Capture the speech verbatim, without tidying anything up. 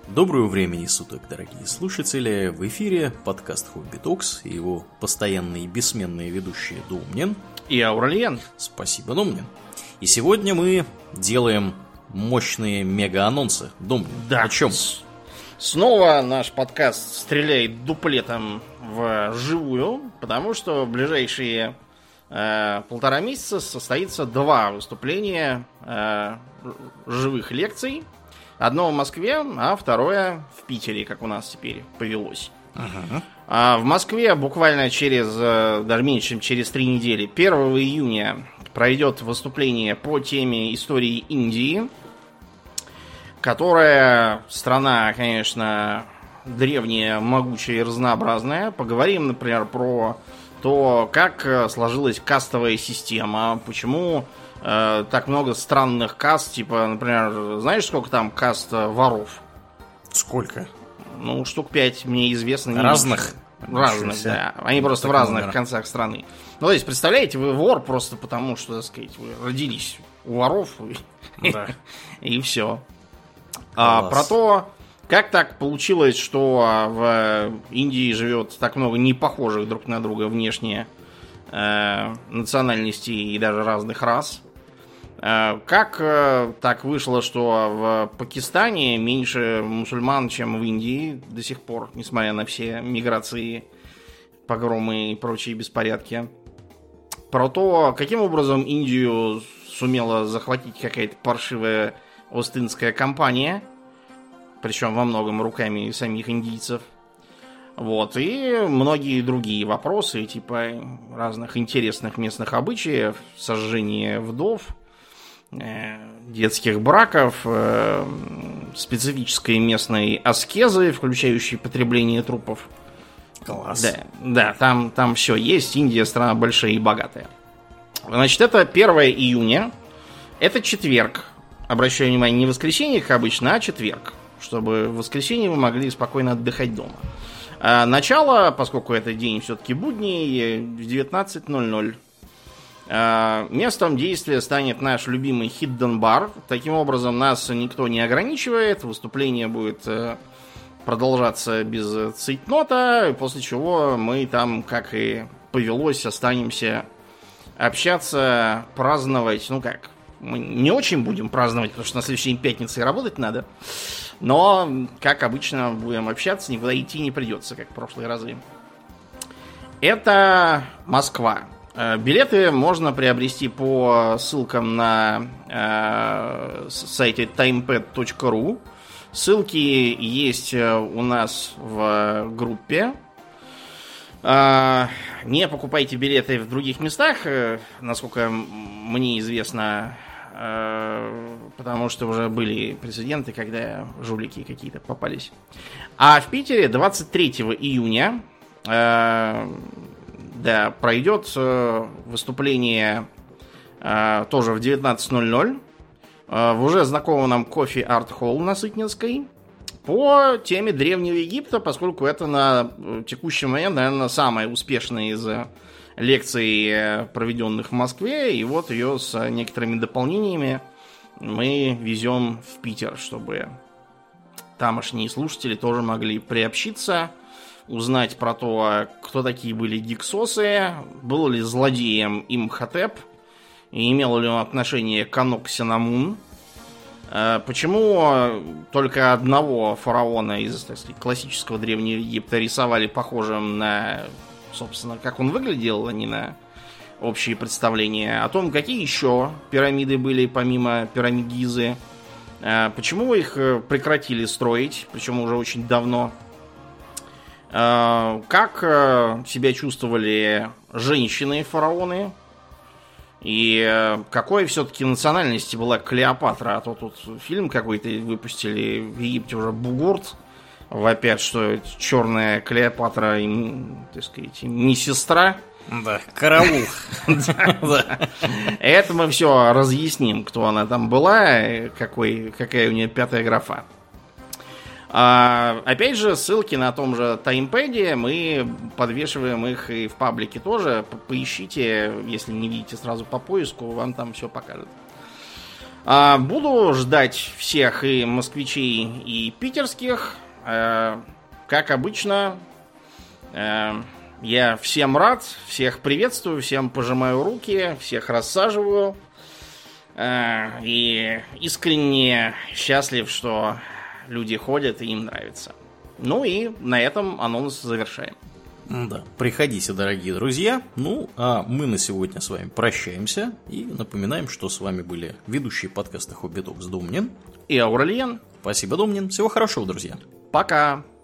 Доброго времени суток, дорогие слушатели! В эфире подкаст Хобби Токс и его постоянные и бессменные ведущие Домнин и Аурельян. Спасибо, Домнин. И сегодня мы делаем мощные мега-анонсы. Домнин, да. О чем? Снова наш подкаст стреляет дуплетом в живую, потому что в ближайшие э, полтора месяца состоится два выступления э, живых лекций. Одно в Москве, а второе в Питере, как у нас теперь повелось. Ага. А в Москве буквально через, даже меньше, чем через три недели, первого июня, пройдет выступление по теме истории Индии, которая страна, конечно, древняя, могучая и разнообразная. Поговорим, например, про то, как сложилась кастовая система, почему э, так много странных каст, типа, например, знаешь, сколько там каст воров? Сколько? Ну, штук пять, мне известно. Разных? Разных, да. Они просто так в разных много. концах страны. Ну, то есть, представляете, вы вор просто потому, что, так сказать, вы родились у воров, да. и все. А, про то, как так получилось, что в Индии живет так много непохожих друг на друга внешне э, национальностей и даже разных рас. Э, как э, так вышло, что в Пакистане меньше мусульман, чем в Индии до сих пор, несмотря на все миграции, погромы и прочие беспорядки. Про то, каким образом Индию сумела захватить какая-то паршивая Ост-Индская компания, причем во многом руками самих индийцев. Вот, и многие другие вопросы, типа разных интересных местных обычаев, сожжения вдов, э, детских браков, э, специфической местной аскезы, включающей потребление трупов. Класс. Да, да, там, там все есть. Индия страна большая и богатая. Значит, это первого июня. Это четверг. Обращаю внимание, не воскресенье, как обычно, а четверг. Чтобы в воскресенье вы могли спокойно отдыхать дома. А начало, поскольку это день все-таки будний, в девятнадцать ноль ноль. А местом действия станет наш любимый Hidden Bar. Таким образом, нас никто не ограничивает. Выступление будет продолжаться без цейтнота, после чего мы там, как и повелось, останемся общаться, праздновать. Ну как, мы не очень будем праздновать, потому что на следующей пятнице работать надо. Но, как обычно, будем общаться, никуда идти не придется, как в прошлые разы. Это Москва. Билеты можно приобрести по ссылкам на э, сайте таймпэд точка ру. Ссылки есть у нас в группе. Не покупайте билеты в других местах, насколько мне известно, потому что уже были прецеденты, когда жулики какие-то попались. А в Питере двадцать третьего июня да, пройдет выступление тоже в девятнадцать ноль ноль в уже знакомом нам кофе Арт Холл на Сытнинской по теме Древнего Египта, поскольку это на текущий момент, наверное, самая успешная из лекций, проведенных в Москве, и вот ее с некоторыми дополнениями мы везем в Питер, чтобы тамошние слушатели тоже могли приобщиться, узнать про то, кто такие были гиксосы, был ли злодеем Имхотеп, и имел ли он отношение к Анок-Синамун. Почему только одного фараона из, так сказать, классического Древнего Египта рисовали похожим на, собственно, как он выглядел, а не на общие представления. О том, какие еще пирамиды были помимо пирамид Гизы. Почему их прекратили строить, причем уже очень давно. Как себя чувствовали женщины-фараоны. И какой все-таки национальности была Клеопатра? А то тут фильм какой-то выпустили в Египте уже бугурт. Вопят, что черная Клеопатра им, так сказать, не сестра. Да, караул. Это мы все разъясним, кто она там была, какой, какая у нее пятая графа. А, опять же, ссылки на том же таймпэде мы подвешиваем их и в паблике тоже. Поищите, если не видите сразу по поиску, вам там все покажет. Буду ждать всех и москвичей, и питерских. Как обычно, я всем рад, всех приветствую, всем пожимаю руки, всех рассаживаю. И искренне счастлив, что люди ходят и им нравится. Ну и на этом анонс завершаем. Да, приходите, дорогие друзья. Ну, а мы на сегодня с вами прощаемся. И напоминаем, что с вами были ведущие подкаста Хобби Токс Домнин и Аурельян. Спасибо, Домнин. Всего хорошего, друзья. Пока.